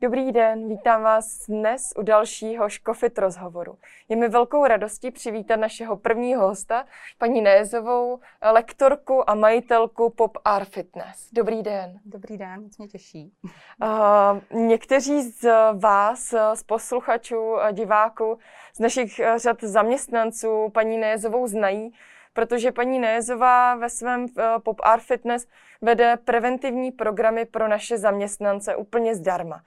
Dobrý den, vítám vás dnes u dalšího Škofit rozhovoru. Je mi velkou radostí přivítat našeho prvního hosta, paní Nézovou, lektorku a majitelku Pop Art Fitness. Dobrý den. Dobrý den, moc mě těší. Někteří z vás, z posluchačů, diváků, z našich řad zaměstnanců paní Nézovou znají, protože paní Nézová ve svém Pop Art Fitness vede preventivní programy pro naše zaměstnance úplně zdarma.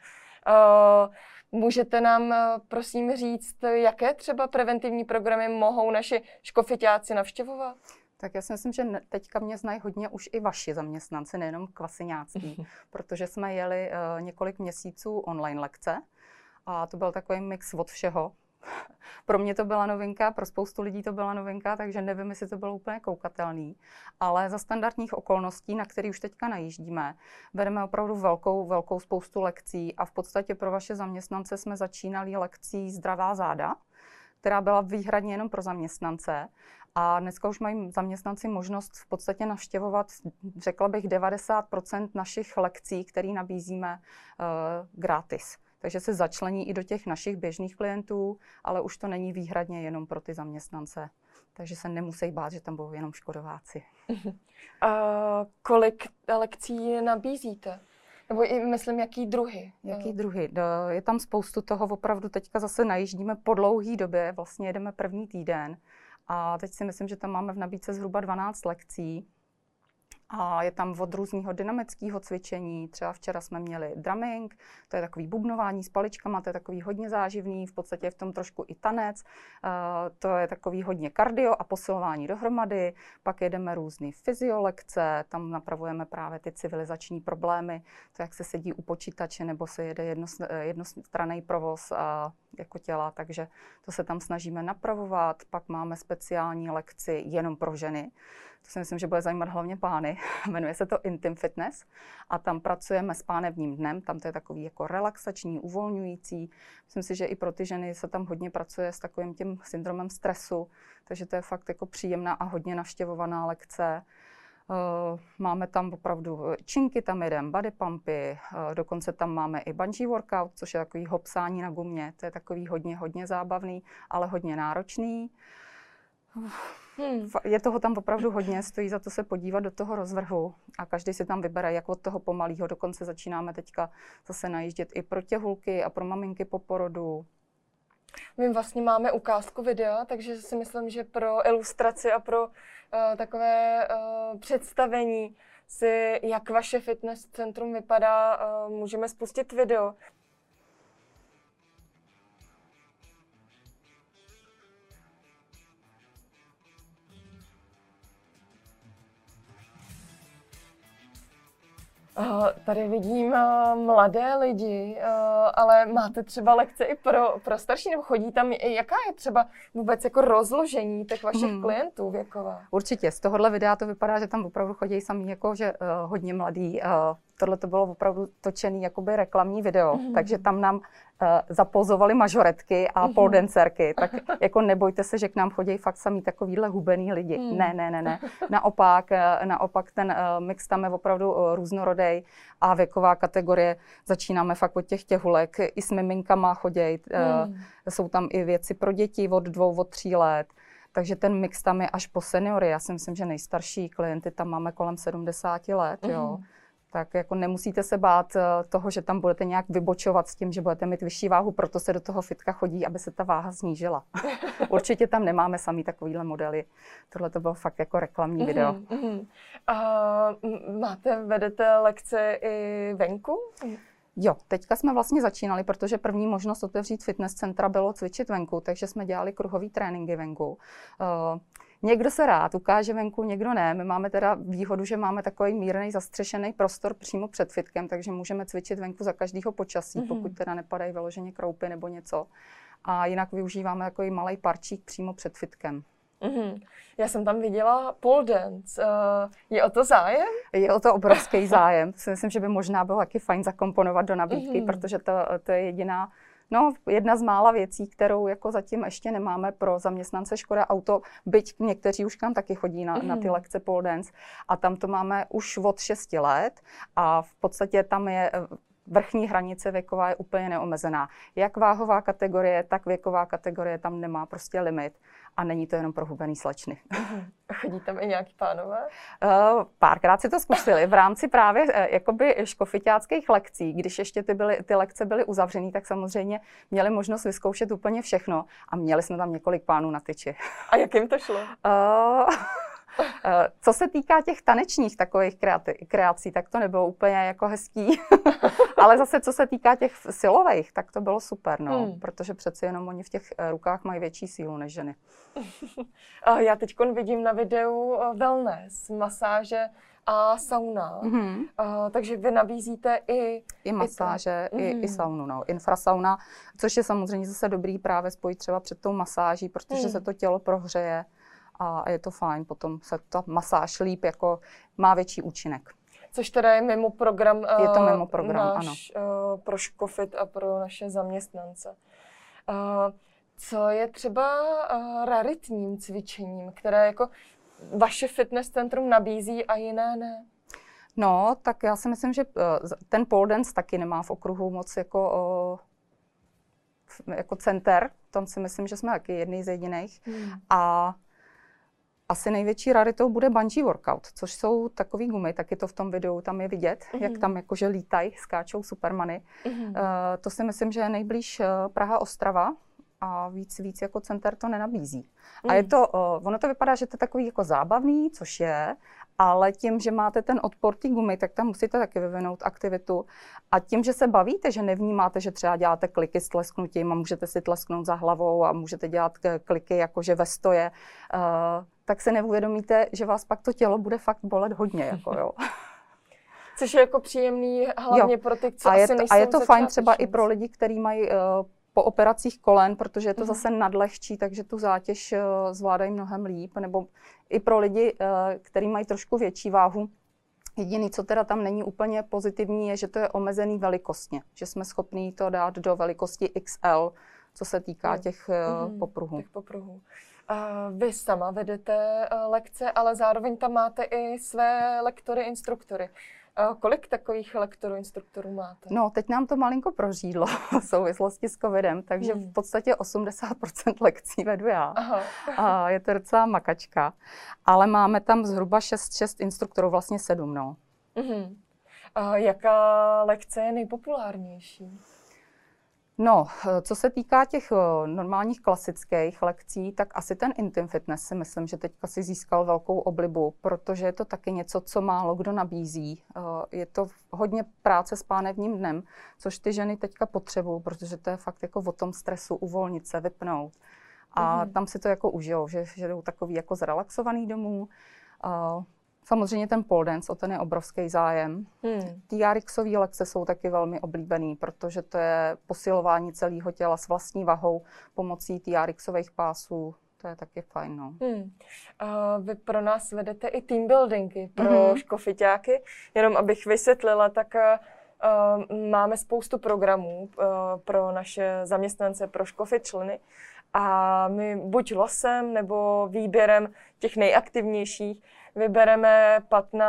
Můžete nám prosím říct, jaké třeba preventivní programy mohou naši škofiťáci navštěvovat? Tak já si myslím, že teďka mě znají hodně už i vaši zaměstnanci, nejenom kvasiňácký, protože jsme jeli několik měsíců online lekce a to byl takový mix od všeho. Pro mě to byla novinka, pro spoustu lidí to byla novinka, takže nevím, jestli to bylo úplně koukatelný. Ale za standardních okolností, na které už teďka najíždíme, vedeme opravdu velkou spoustu lekcí a v podstatě pro vaše zaměstnance jsme začínali lekcí Zdravá záda, která byla výhradně jenom pro zaměstnance. A dneska už mají zaměstnanci možnost v podstatě navštěvovat, řekla bych, 90% našich lekcí, které nabízíme gratis. Takže se začlení i do těch našich běžných klientů, ale už to není výhradně jenom pro ty zaměstnance. Takže se nemusí bát, že tam budou jenom škodováci. Kolik lekcí nabízíte? Nebo i myslím, jaký druhy? Jaký druhy? Je tam spoustu toho, opravdu teďka zase najíždíme po dlouhé době, vlastně jedeme první týden. A teď si myslím, že tam máme v nabídce zhruba 12 lekcí. A je tam od různého dynamického cvičení, třeba včera jsme měli drumming, to je takový bubnování s paličkama, to je takový hodně záživný, v podstatě je v tom trošku i tanec, to je takový hodně kardio a posilování dohromady, pak jedeme různé fyziolekce, tam napravujeme právě ty civilizační problémy, to jak se sedí u počítače nebo se jede jednostranný provoz jako těla, takže to se tam snažíme napravovat, pak máme speciální lekci jenom pro ženy. To si myslím, že bude zajímat hlavně pány. Jmenuje se to Intim Fitness a tam pracujeme s pánevním dnem. Tam to je takový jako relaxační, uvolňující. Myslím si, že i pro ty ženy se tam hodně pracuje s takovým tím syndromem stresu. Takže to je fakt jako příjemná a hodně navštěvovaná lekce. Máme tam opravdu činky, tam jedeme body pumpy, dokonce tam máme i bungee workout, což je takový hopsání na gumě. To je takový hodně zábavný, ale hodně náročný. Je toho tam opravdu hodně, stojí za to se podívat do toho rozvrhu a každý si tam vybere, jak od toho pomalého, dokonce začínáme teďka zase najíždět i pro těhulky a pro maminky po porodu. My vlastně máme ukázku videa, takže si myslím, že pro ilustraci a pro takové představení si, jak vaše fitness centrum vypadá, můžeme spustit video. Tady vidím mladé lidi, ale máte třeba lekce i pro starší, nebo chodí tam, jaká je třeba vůbec jako rozložení těch vašich klientů věková? Určitě, z tohohle videa to vypadá, že tam opravdu chodí samý jako, že hodně mladý. Tohle to bylo opravdu točený jakoby reklamní video, takže tam nám zapozovali mažoretky a poledancerky, tak jako nebojte se, že k nám chodí fakt samý takovýhle hubený lidi. Ne. Naopak ten mix tam je opravdu různorodý a věková kategorie začínáme fakt od těch těhulek, i s miminkama choděj, jsou tam i věci pro děti od 2, od 3 let. Takže ten mix tam je až po seniory. Já si myslím, že nejstarší klienty tam máme kolem 70 let, jo. Tak jako nemusíte se bát toho, že tam budete nějak vybočovat s tím, že budete mít vyšší váhu, proto se do toho fitka chodí, aby se ta váha snížila. Určitě tam nemáme samý takovýhle modely. Tohle to bylo fakt jako reklamní video. Vedete lekce i venku? Jo, teďka jsme vlastně začínali, protože první možnost otevřít fitness centra bylo cvičit venku, takže jsme dělali kruhový tréninky venku. Někdo se rád ukáže venku, někdo ne. My máme teda výhodu, že máme takový mírný zastřešený prostor přímo před fitkem, takže můžeme cvičit venku za každého počasí, pokud teda nepadají vyloženě kroupy nebo něco. A jinak využíváme takový malý parčík přímo před fitkem. Já jsem tam viděla pole dance. Je o to zájem? Je o to obrovský zájem. Myslím, že by možná bylo taky fajn zakomponovat do nabídky, protože to je jedna z mála věcí, kterou jako zatím ještě nemáme pro zaměstnance Škoda Auto, byť někteří už tam taky chodí na ty lekce pole dance. A tam to máme už od 6 let a v podstatě tam je vrchní hranice věková je úplně neomezená. Jak váhová kategorie, tak věková kategorie tam nemá prostě limit a není to jenom pro hubený slečny. Chodí tam i nějaký pánové? Párkrát si to zkusili. V rámci právě jakoby škofiťáckých lekcí, když ještě ty lekce byly uzavřený, tak samozřejmě měli možnost vyzkoušet úplně všechno a měli jsme tam několik pánů na tyči. A jak jim to šlo? Co se týká těch tanečních takových kreací, tak to nebylo úplně jako hezký. Ale zase, co se týká těch silových, tak to bylo super, no. Protože přeci jenom oni v těch rukách mají větší sílu než ženy. Já teď vidím na videu wellness, masáže a sauna. Takže vy nabízíte i masáže, i saunu, no. Infrasauna, což je samozřejmě zase dobrý právě spojit třeba před tou masáží, protože se to tělo prohřeje. A je to fajn, potom se ta masáž líp jako má větší účinek. Což teda je mimo program, je to mimo program, ano. Pro Škofit a pro naše zaměstnance. Co je třeba raritním cvičením, které jako vaše fitness centrum nabízí a jiné ne? No, tak já si myslím, že ten pole dance taky nemá v okruhu moc jako center. Tam si myslím, že jsme taky jedný z jediných. A asi největší raritou bude bungee workout, což jsou takový gumy, taky to v tom videu tam je vidět, jak tam jakože lítají, skáčou supermany. To si myslím, že je nejblíž Praha-Ostrava a víc jako center to nenabízí. A je to, ono to vypadá, že to je takový jako zábavný, což je, ale tím, že máte ten odpor té gumy, tak tam musíte taky vyvinout aktivitu. A tím, že se bavíte, že nevnímáte, že třeba děláte kliky s tlesknutím a můžete si tlesknout za hlavou a můžete dělat kliky jakože ve stoje, tak se neuvědomíte, že vás pak to tělo bude fakt bolet hodně. Jako, jo. Což je jako příjemný hlavně pro ty, co asi nejsou a je to fajn třeba i pro lidi, kteří mají po operacích kolen, protože je to zase nadlehčí, takže tu zátěž zvládají mnohem líp. Nebo i pro lidi, kteří mají trošku větší váhu. Jediné, co teda tam není úplně pozitivní, je, že to je omezený velikostně. Že jsme schopní to dát do velikosti XL, co se týká těch popruhů. Vy sama vedete lekce, ale zároveň tam máte i své lektory, instruktory. Kolik takových lektorů, instruktorů máte? No, teď nám to malinko prořídlo v souvislosti s covidem, takže v podstatě 80% lekcí vedu já. A je to docela makačka. Ale máme tam zhruba 6 instruktorů, vlastně 7, no. A jaká lekce je nejpopulárnější? No, co se týká těch normálních klasických lekcí, tak asi ten Intim Fitness si myslím, že teďka si získal velkou oblibu, protože je to taky něco, co málo kdo nabízí. Je to hodně práce s pánevním dnem, což ty ženy teďka potřebují, protože to je fakt jako o tom stresu, uvolnit se, vypnout. A tam si to jako užijou, že jdou takový jako zrelaxovaný domů. Samozřejmě ten pole dance, o ten je obrovský zájem. TRXové lekce jsou taky velmi oblíbený, protože to je posilování celého těla s vlastní vahou pomocí TRXových pásů. To je taky fajn, no. Vy pro nás vedete i team buildingy pro škofiťáky. Jenom abych vysvětlila, tak máme spoustu programů pro naše zaměstnance, pro škofit členy. A my buď losem nebo výběrem těch nejaktivnějších vybereme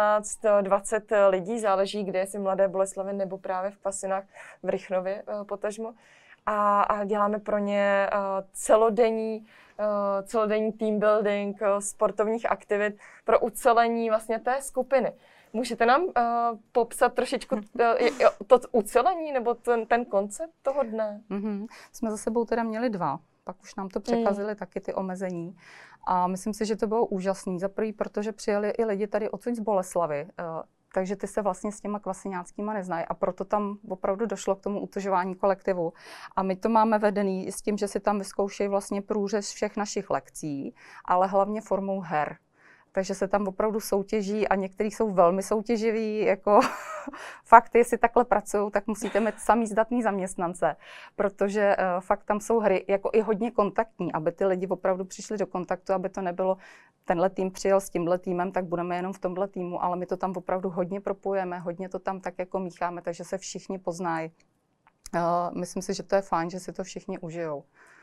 15-20 lidí, záleží, kde, jestli Mladé Boleslavi nebo právě v Kvasinách v Rychnově potažmo. A děláme pro ně celodenní team building, sportovních aktivit pro ucelení vlastně té skupiny. Můžete nám popsat trošičku to ucelení nebo ten koncept toho dne? Jsme za sebou teda měli 2. Pak už nám to překazili taky ty omezení. A myslím si, že to bylo úžasný. Za prvý, protože přijeli i lidi tady odsud z Boleslavy, takže ty se vlastně s těma kvasiňáckýma neznají a proto tam opravdu došlo k tomu utužování kolektivu. A my to máme vedený s tím, že si tam vyzkoušejí vlastně průřez všech našich lekcí, ale hlavně formou her. Takže se tam opravdu soutěží a některý jsou velmi soutěživí, jako fakt, jestli takhle pracují, tak musíte mít samý zdatný zaměstnance, protože fakt tam jsou hry jako i hodně kontaktní, aby ty lidi opravdu přišli do kontaktu, aby to nebylo, tenhle tým přijel s tímhle týmem, tak budeme jenom v tomhle týmu, ale my to tam opravdu hodně propojujeme, hodně to tam tak jako mícháme, takže se všichni poznají. Myslím si, že to je fajn, že si to všichni užijou.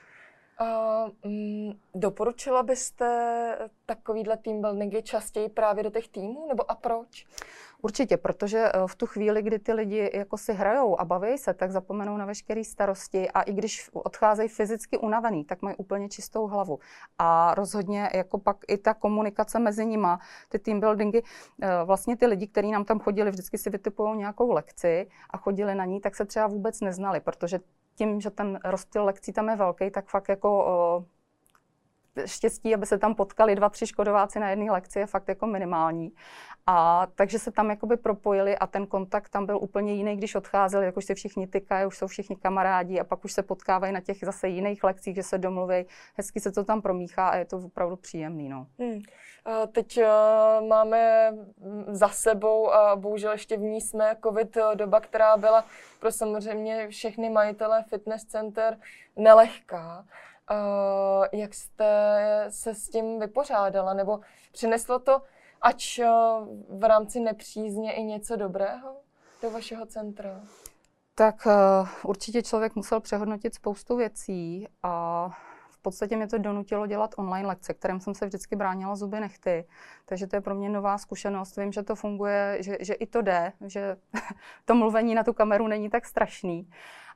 Doporučila byste takovýhle team buildingy častěji právě do těch týmů, nebo a proč? Určitě, protože v tu chvíli, kdy ty lidi jako si hrajou a baví se, tak zapomenou na veškeré starosti a i když odcházejí fyzicky unavený, tak mají úplně čistou hlavu. A rozhodně jako pak i ta komunikace mezi nima, ty team buildingy, vlastně ty lidi, kteří nám tam chodili, vždycky si vytipují nějakou lekci a chodili na ní, tak se třeba vůbec neznali, protože tím, že ten rozptyl lekcí tam je velký, tak fakt jako štěstí, aby se tam potkali 2-3 škodováci na jedné lekci, je fakt jako minimální. A takže se tam jakoby propojili a ten kontakt tam byl úplně jiný, když odcházeli, jak už se všichni tykají, už jsou všichni kamarádi a pak už se potkávají na těch zase jiných lekcích, že se domluví, hezky se to tam promíchá a je to opravdu příjemný. No. Teď máme za sebou a bohužel ještě v ní jsme covid doba, která byla pro samozřejmě všechny majitele fitness center nelehká. Jak jste se s tím vypořádala? Nebo přineslo to, ač v rámci nepřízně, i něco dobrého do vašeho centra? Tak určitě člověk musel přehodnotit spoustu věcí a v podstatě mě to donutilo dělat online lekce, kterým jsem se vždycky bránila zuby nehty. Takže to je pro mě nová zkušenost. Vím, že to funguje, že i to jde, že to mluvení na tu kameru není tak strašný.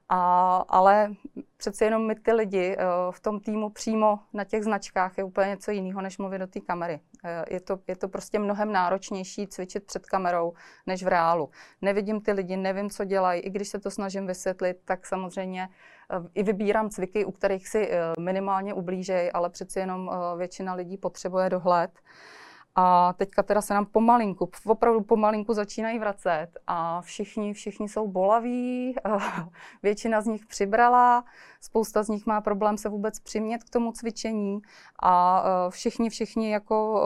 Ale přece jenom my ty lidi v tom týmu přímo na těch značkách je úplně něco jiného, než mluvit do té kamery. Je to prostě mnohem náročnější cvičit před kamerou, než v reálu. Nevidím ty lidi, nevím, co dělají. I když se to snažím vysvětlit, tak samozřejmě i vybírám cviky, u kterých si minimálně ublížejí, ale přeci jenom většina lidí potřebuje dohled. A teďka teda se nám opravdu pomalinku začínají vracet a všichni jsou bolaví, většina z nich přibrala, spousta z nich má problém se vůbec přimět k tomu cvičení a všichni jako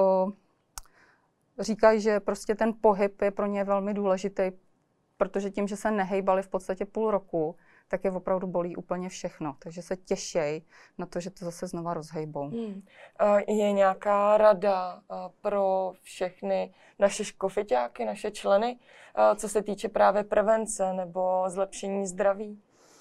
říkají, že prostě ten pohyb je pro ně velmi důležitý, protože tím, že se nehejbali v podstatě půl roku, tak je opravdu bolí úplně všechno. Takže se těšej na to, že to zase znova rozhejbou. Je nějaká rada pro všechny naše škofiťáky, naše členy, co se týče právě prevence nebo zlepšení zdraví?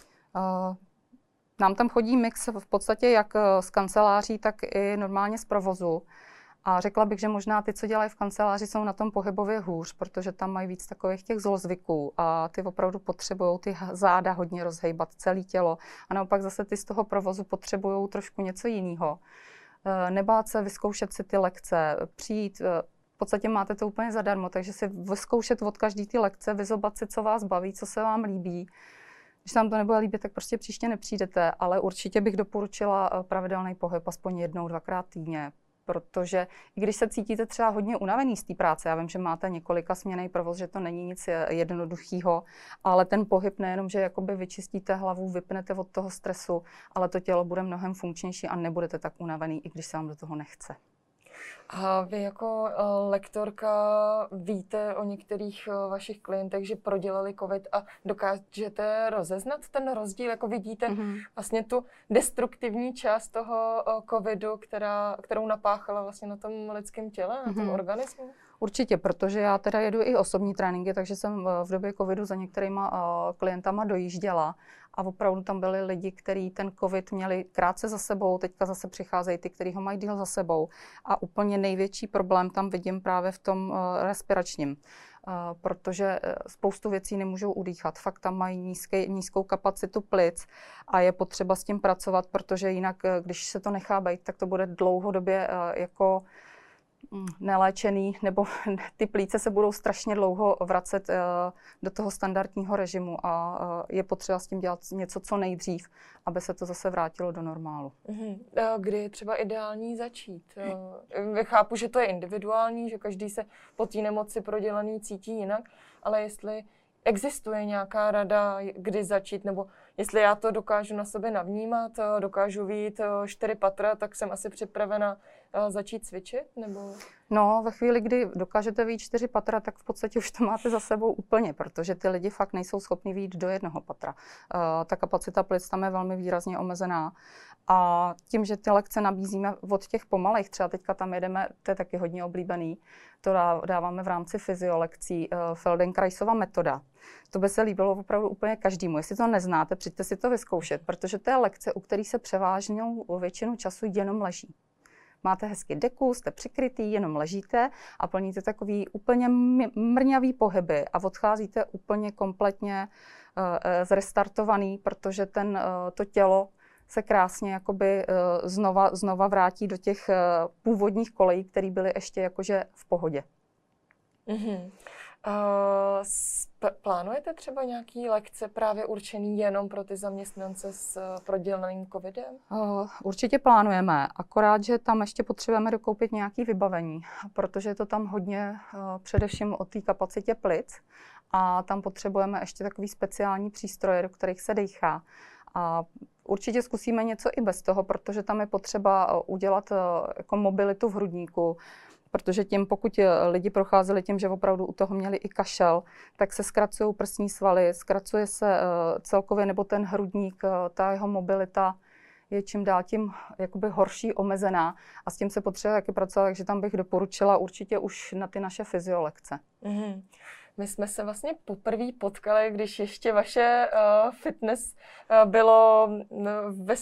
Nám tam chodí mix v podstatě jak z kanceláří, tak i normálně z provozu. A řekla bych, že možná ty, co dělají v kanceláři, jsou na tom pohybově hůř, protože tam mají víc takových těch zlozvyků a ty opravdu potřebují ty záda hodně rozhejbat, celé tělo. A naopak zase ty z toho provozu potřebují trošku něco jiného. Nebát se vyzkoušet si ty lekce, přijít, v podstatě máte to úplně zadarmo, takže si vyzkoušet od každé ty lekce, vyzobat si, co vás baví, co se vám líbí. Když vám to nebude líbit, tak prostě příště nepřijdete, ale určitě bych doporučila pravidelný pohyb aspoň 1-2krát týdně. Protože i když se cítíte třeba hodně unavený z té práce, já vím, že máte několika směnný provoz, že to není nic jednoduchého, ale ten pohyb nejenom, že jakoby vyčistíte hlavu, vypnete od toho stresu, ale to tělo bude mnohem funkčnější a nebudete tak unavený, i když se vám do toho nechce. A vy jako lektorka víte o některých vašich klientech, že prodělali covid a dokážete rozeznat ten rozdíl, jako vidíte vlastně tu destruktivní část toho covidu, kterou napáchala vlastně na tom lidském těle, na tom organismu? Určitě, protože já teda jedu i osobní tréninky, takže jsem v době covidu za některýma klientama dojížděla a opravdu tam byli lidi, kteří ten covid měli krátce za sebou, teďka zase přicházejí ty, kteří ho mají díl za sebou a úplně největší problém tam vidím právě v tom respiračním, protože spoustu věcí nemůžou udýchat. Fakt tam mají nízkou kapacitu plic a je potřeba s tím pracovat, protože jinak, když se to nechá být, tak to bude dlouhodobě jako neléčený, nebo ty plíce se budou strašně dlouho vracet do toho standardního režimu a je potřeba s tím dělat něco co nejdřív, aby se to zase vrátilo do normálu. Kdy je třeba ideální začít? Chápu, že to je individuální, že každý se po té nemoci prodělaný cítí jinak, ale jestli existuje nějaká rada, kdy začít, nebo jestli já to dokážu na sobě navnímat, dokážu vyjít 4 patra, tak jsem asi připravena začít cvičit, nebo? No, ve chvíli, kdy dokážete vyjít 4 patra, tak v podstatě už to máte za sebou úplně, protože ty lidi fakt nejsou schopni vyjít do 1 patra. Ta kapacita plic tam je velmi výrazně omezená. A tím, že ty lekce nabízíme od těch pomalejch, třeba teďka tam jedeme, to je taky hodně oblíbený, to dáváme v rámci fyziolekcí, Feldenkraisova metoda. To by se líbilo opravdu úplně každému. Jestli to neznáte, přijďte si to vyzkoušet, protože to je lekce, u které se převážnou většinu času jenom leží. máte hezky deku, jste přikrytý, jenom ležíte a plníte takový úplně mrňavý pohyby a odcházíte úplně kompletně zrestartovaný, protože to tělo se krásně jakoby znova vrátí do těch původních kolejí, které byly ještě jakože v pohodě. Mm-hmm. Plánujete třeba nějaké lekce právě určený jenom pro ty zaměstnance s prodělaným covidem? Určitě plánujeme, akorát, že tam ještě potřebujeme dokoupit nějaké vybavení, protože je to tam hodně především o té kapacitě plic a tam potřebujeme ještě takový speciální přístroje, do kterých se dýchá. A určitě zkusíme něco i bez toho, protože tam je potřeba udělat jako mobilitu v hrudníku, protože pokud lidi procházeli tím, že opravdu u toho měli i kašel, tak se zkracují prsní svaly, zkracuje se celkově, nebo ten hrudník, ta jeho mobilita je čím dál tím jakoby horší, omezená a s tím se potřebuje taky pracovat, takže tam bych doporučila určitě už na ty naše fyziolekce. Mm-hmm. My jsme se vlastně poprvé potkali, když ještě vaše fitness bylo ve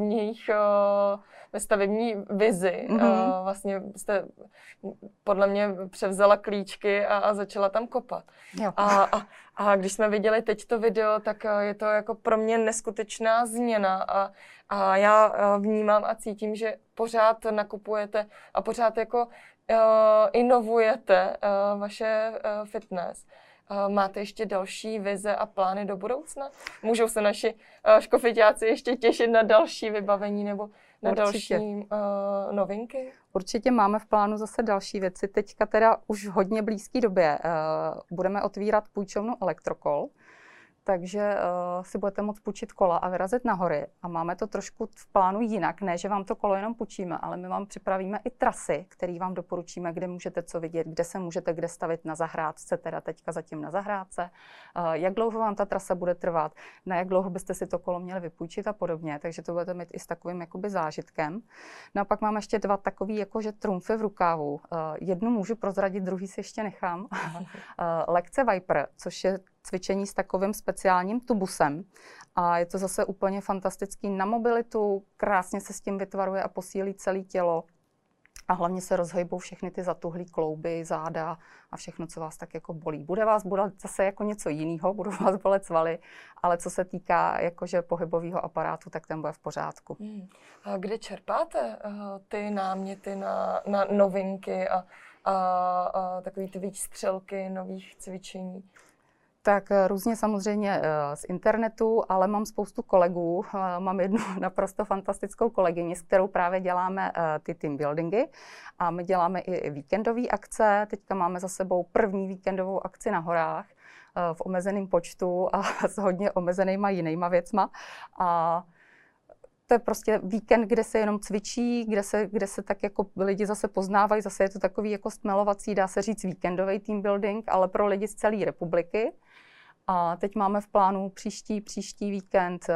stavební vizi. Mm-hmm. Vlastně jste podle mě převzala klíčky a začala tam kopat. Jo. A když jsme viděli teď to video, tak je to jako pro mě neskutečná změna a já vnímám a cítím, že pořád nakupujete a pořád jako inovujete vaše fitness. Máte ještě další vize a plány do budoucna? Můžou se naši škofiťáci ještě těšit na další vybavení nebo na další novinky? Určitě máme v plánu zase další věci. Teďka teda už v hodně blízké době budeme otvírat půjčovnu Elektrokol, takže si budete moct půjčit kola a vyrazit na hory. A máme to trošku v plánu jinak, ne, že vám to kolo jenom půjčíme, ale my vám připravíme i trasy, které vám doporučíme, kde můžete co vidět, kde se můžete kde stavit na zahrádce, teda teďka zatím na zahrádce, jak dlouho vám ta trasa bude trvat, na jak dlouho byste si to kolo měli vypůjčit a podobně, takže to budete mít i s takovým jakoby zážitkem. No a pak mám ještě dva takový jakože trumfy v rukávu. Jednu můžu prozradit, druhý si ještě nechám. Lekce Viper, což je cvičení s takovým speciálním tubusem. A je to zase úplně fantastický na mobilitu, krásně se s tím vytvaruje a posílí celé tělo. A hlavně se rozhejbou všechny ty zatuhlý klouby, záda a všechno, co vás tak jako bolí. Bude vás bolet zase jako něco jiného, budou vás bolet svaly, ale co se týká jakože pohybového aparátu, tak ten bude v pořádku. A kde čerpáte ty náměty na novinky a takové ty výstřelky nových cvičení? Tak různě samozřejmě z internetu, ale mám spoustu kolegů. Mám jednu naprosto fantastickou kolegyni, s kterou právě děláme ty team buildingy. A my děláme i víkendové akce. Teďka máme za sebou první víkendovou akci na horách v omezeném počtu a s hodně omezenýma jinýma věcma. A to je prostě víkend, kde se jenom cvičí, kde se tak jako lidi zase poznávají. Zase je to takový jako stmelovací, dá se říct, víkendový team building, ale pro lidi z celé republiky. A teď máme v plánu příští víkend,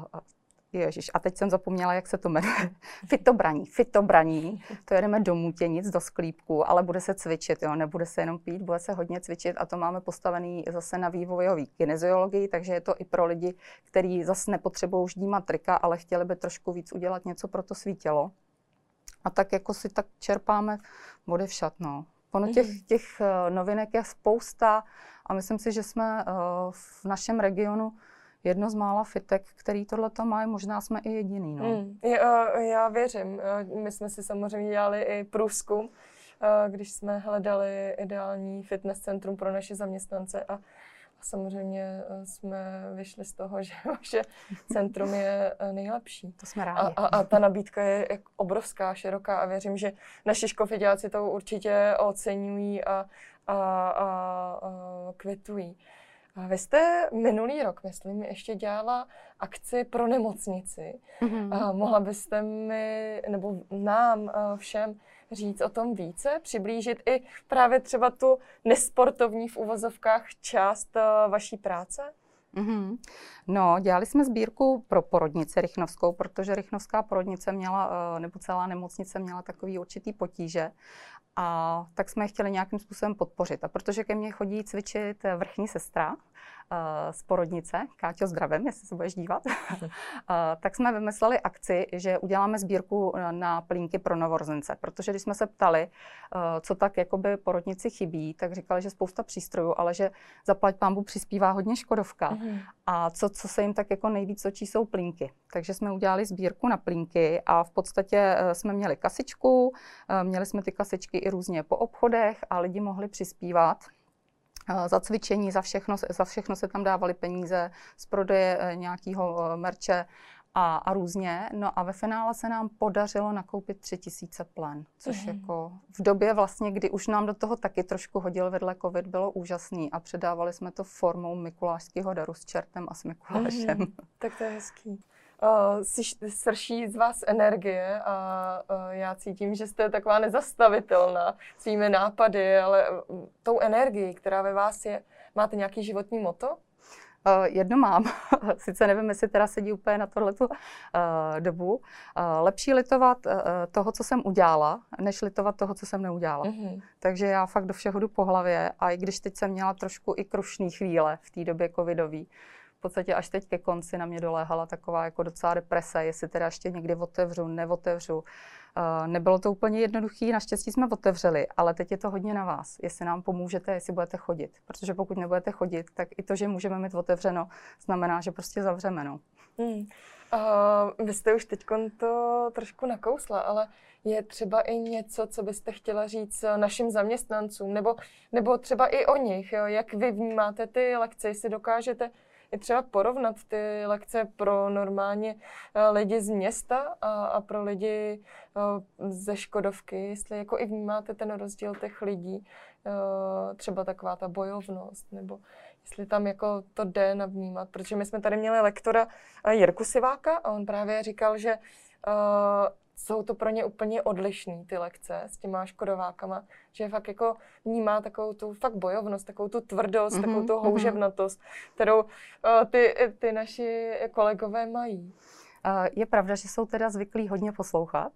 a teď jsem zapomněla, jak se to jmenuje, fitobraní. To jedeme do Můtěnic, do Sklípku, ale bude se cvičit, jo, nebude se jenom pít, bude se hodně cvičit a to máme postavený zase na vývojové kineziologii, takže je to i pro lidi, kteří zase nepotřebují ždímat trika, ale chtěli by trošku víc udělat něco pro to svý tělo. A tak jako si tak čerpáme vody všat, no. Ono těch novinek je spousta a myslím si, že jsme v našem regionu jedno z mála fitek, který tohleto mají, možná jsme i jediný. No. Já věřím. My jsme si samozřejmě dělali i průzkum, když jsme hledali ideální fitness centrum pro naše zaměstnance a samozřejmě jsme vyšli z toho, že vaše centrum je nejlepší. To jsme rádi. A ta nabídka je obrovská, široká a věřím, že naši škofiťáci to určitě oceňují a kvitují. A vy jste minulý rok, myslím, ještě dělala akci pro nemocnici. A mohla byste mi, nebo nám všem říct o tom více, přiblížit i právě třeba tu nesportovní v uvozovkách část vaší práce? No, dělali jsme sbírku pro porodnici rychnovskou, protože rychnovská porodnice měla, nebo celá nemocnice měla takový určitý potíže. A tak jsme je chtěli nějakým způsobem podpořit. A protože ke mně chodí cvičit vrchní sestra, z porodnice, Káťo, zdravím, jestli se budeš dívat, tak jsme vymysleli akci, že uděláme sbírku na plínky pro novorozence, protože když jsme se ptali, co tak jakoby porodnici chybí, tak říkali, že spousta přístrojů, ale že zaplať pánbůh přispívá hodně Škodovka a co se jim tak jako nejvíc točí, jsou plínky. Takže jsme udělali sbírku na plínky a v podstatě jsme měli kasičku, měli jsme ty kasičky i různě po obchodech a lidi mohli přispívat za cvičení, za všechno se tam dávaly peníze z prodeje nějakého merče a různě. No a ve finále se nám podařilo nakoupit 3000 plen, což jako v době vlastně, kdy už nám do toho taky trošku hodil vedle covid, bylo úžasný a předávali jsme to formou mikulášského daru s čertem a s Mikulášem. Tak to je hezký. Srší z vás energie a já cítím, že jste taková nezastavitelná svými nápady, ale tou energií, která ve vás je, máte nějaký životní motto? Jedno mám, sice nevím, jestli teda sedí úplně na tohletu dobu. Lepší litovat toho, co jsem udělala, než litovat toho, co jsem neudělala. Takže já fakt do všeho jdu po hlavě a i když teď jsem měla trošku i krušný chvíle v té době covidový, v podstatě až teď ke konci na mě doléhala taková jako docela deprese, jestli teda ještě někdy otevřu, neotevřu. Nebylo to úplně jednoduché, naštěstí jsme otevřeli, ale teď je to hodně na vás, jestli nám pomůžete, jestli budete chodit. Protože pokud nebudete chodit, tak i to, že můžeme mít otevřeno, znamená, že prostě zavřeme. No. Vy jste už teď to trošku nakousla, ale je třeba i něco, co byste chtěla říct našim zaměstnancům, nebo třeba i o nich, jo? Jak vy vnímáte ty lekce, jestli dokážete je třeba porovnat ty lekce pro normálně lidi z města a pro lidi ze Škodovky, jestli jako i vnímáte ten rozdíl těch lidí, třeba taková ta bojovnost, nebo jestli tam jako to jde navnímat, protože my jsme tady měli lektora Jirku Siváka a on právě říkal, že jsou to pro ně úplně odlišný ty lekce s těma škodovákama, že fakt jako vnímá takovou tu fakt bojovnost, takovou tu tvrdost, takovou tu houževnatost, kterou ty naši kolegové mají. Je pravda, že jsou teda zvyklí hodně poslouchat,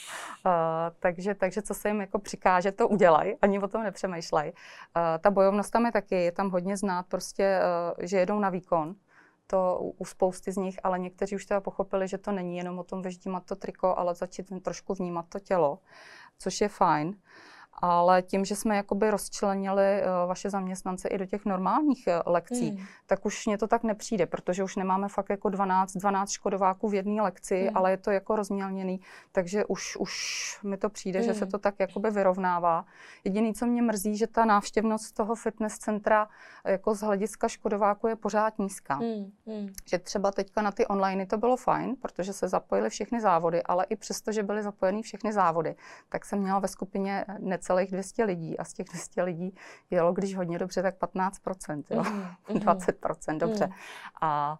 takže co se jim jako přikáže, to udělají, ani o tom nepřemýšlej. Ta bojovnost tam je taky, je tam hodně znát prostě, že jedou na výkon. To u spousty z nich, ale někteří už teda pochopili, že to není jenom o tom veždímat to triko, ale začít trošku vnímat to tělo, což je fajn. Ale tím, že jsme jakoby rozčlenili vaše zaměstnance i do těch normálních lekcí, tak už mně to tak nepřijde, protože už nemáme fakt jako 12 škodováků v jedné lekci, ale je to jako rozmělněný, takže už mi to přijde, že se to tak jakoby vyrovnává. Jediné, co mě mrzí, že ta návštěvnost toho fitness centra jako z hlediska škodováku je pořád nízká. Že třeba teďka na ty online to bylo fajn, protože se zapojily všechny závody, ale i přesto, že byly zapojeny všechny závody, tak jsem měla ve skupině necelých 200 lidí a z těch 200 lidí jelo, když hodně dobře, tak 15%, jo? 20%, dobře. A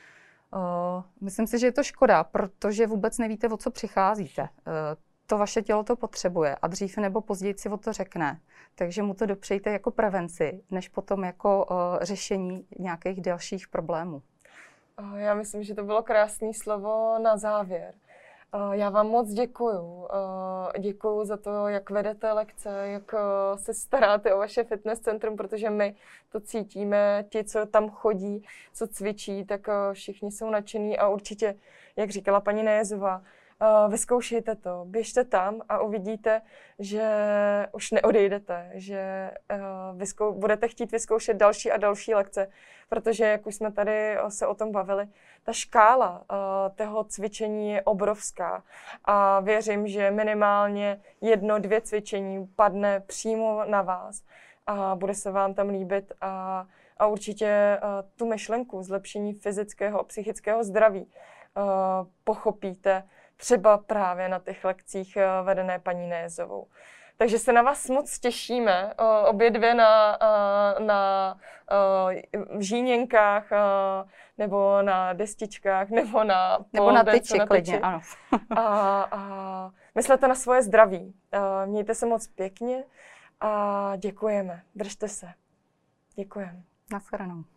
myslím si, že je to škoda, protože vůbec nevíte, o co přicházíte. To vaše tělo to potřebuje a dřív nebo později si o to řekne. Takže mu to dopřejte jako prevenci, než potom jako řešení nějakých dalších problémů. Já myslím, že to bylo krásné slovo na závěr. Já vám moc děkuju. Děkuju za to, jak vedete lekce, jak se staráte o vaše fitness centrum, protože my to cítíme, ti, co tam chodí, co cvičí, tak všichni jsou nadšení a určitě, jak říkala paní Nejezová, vyzkoušejte to, běžte tam a uvidíte, že už neodejdete, že budete chtít vyzkoušet další a další lekce, protože, jak už jsme tady se o tom bavili, ta škála toho cvičení je obrovská a věřím, že minimálně 1-2 cvičení padne přímo na vás a bude se vám tam líbit a určitě tu myšlenku zlepšení fyzického a psychického zdraví pochopíte třeba právě na těch lekcích vedené paní Nejezovou. Takže se na vás moc těšíme, obě dvě na žíněnkách, nebo na destičkách, nebo na tyči, klidně, ano. a myslete na svoje zdraví. Mějte se moc pěkně a děkujeme. Držte se. Děkujeme. Nashledanou.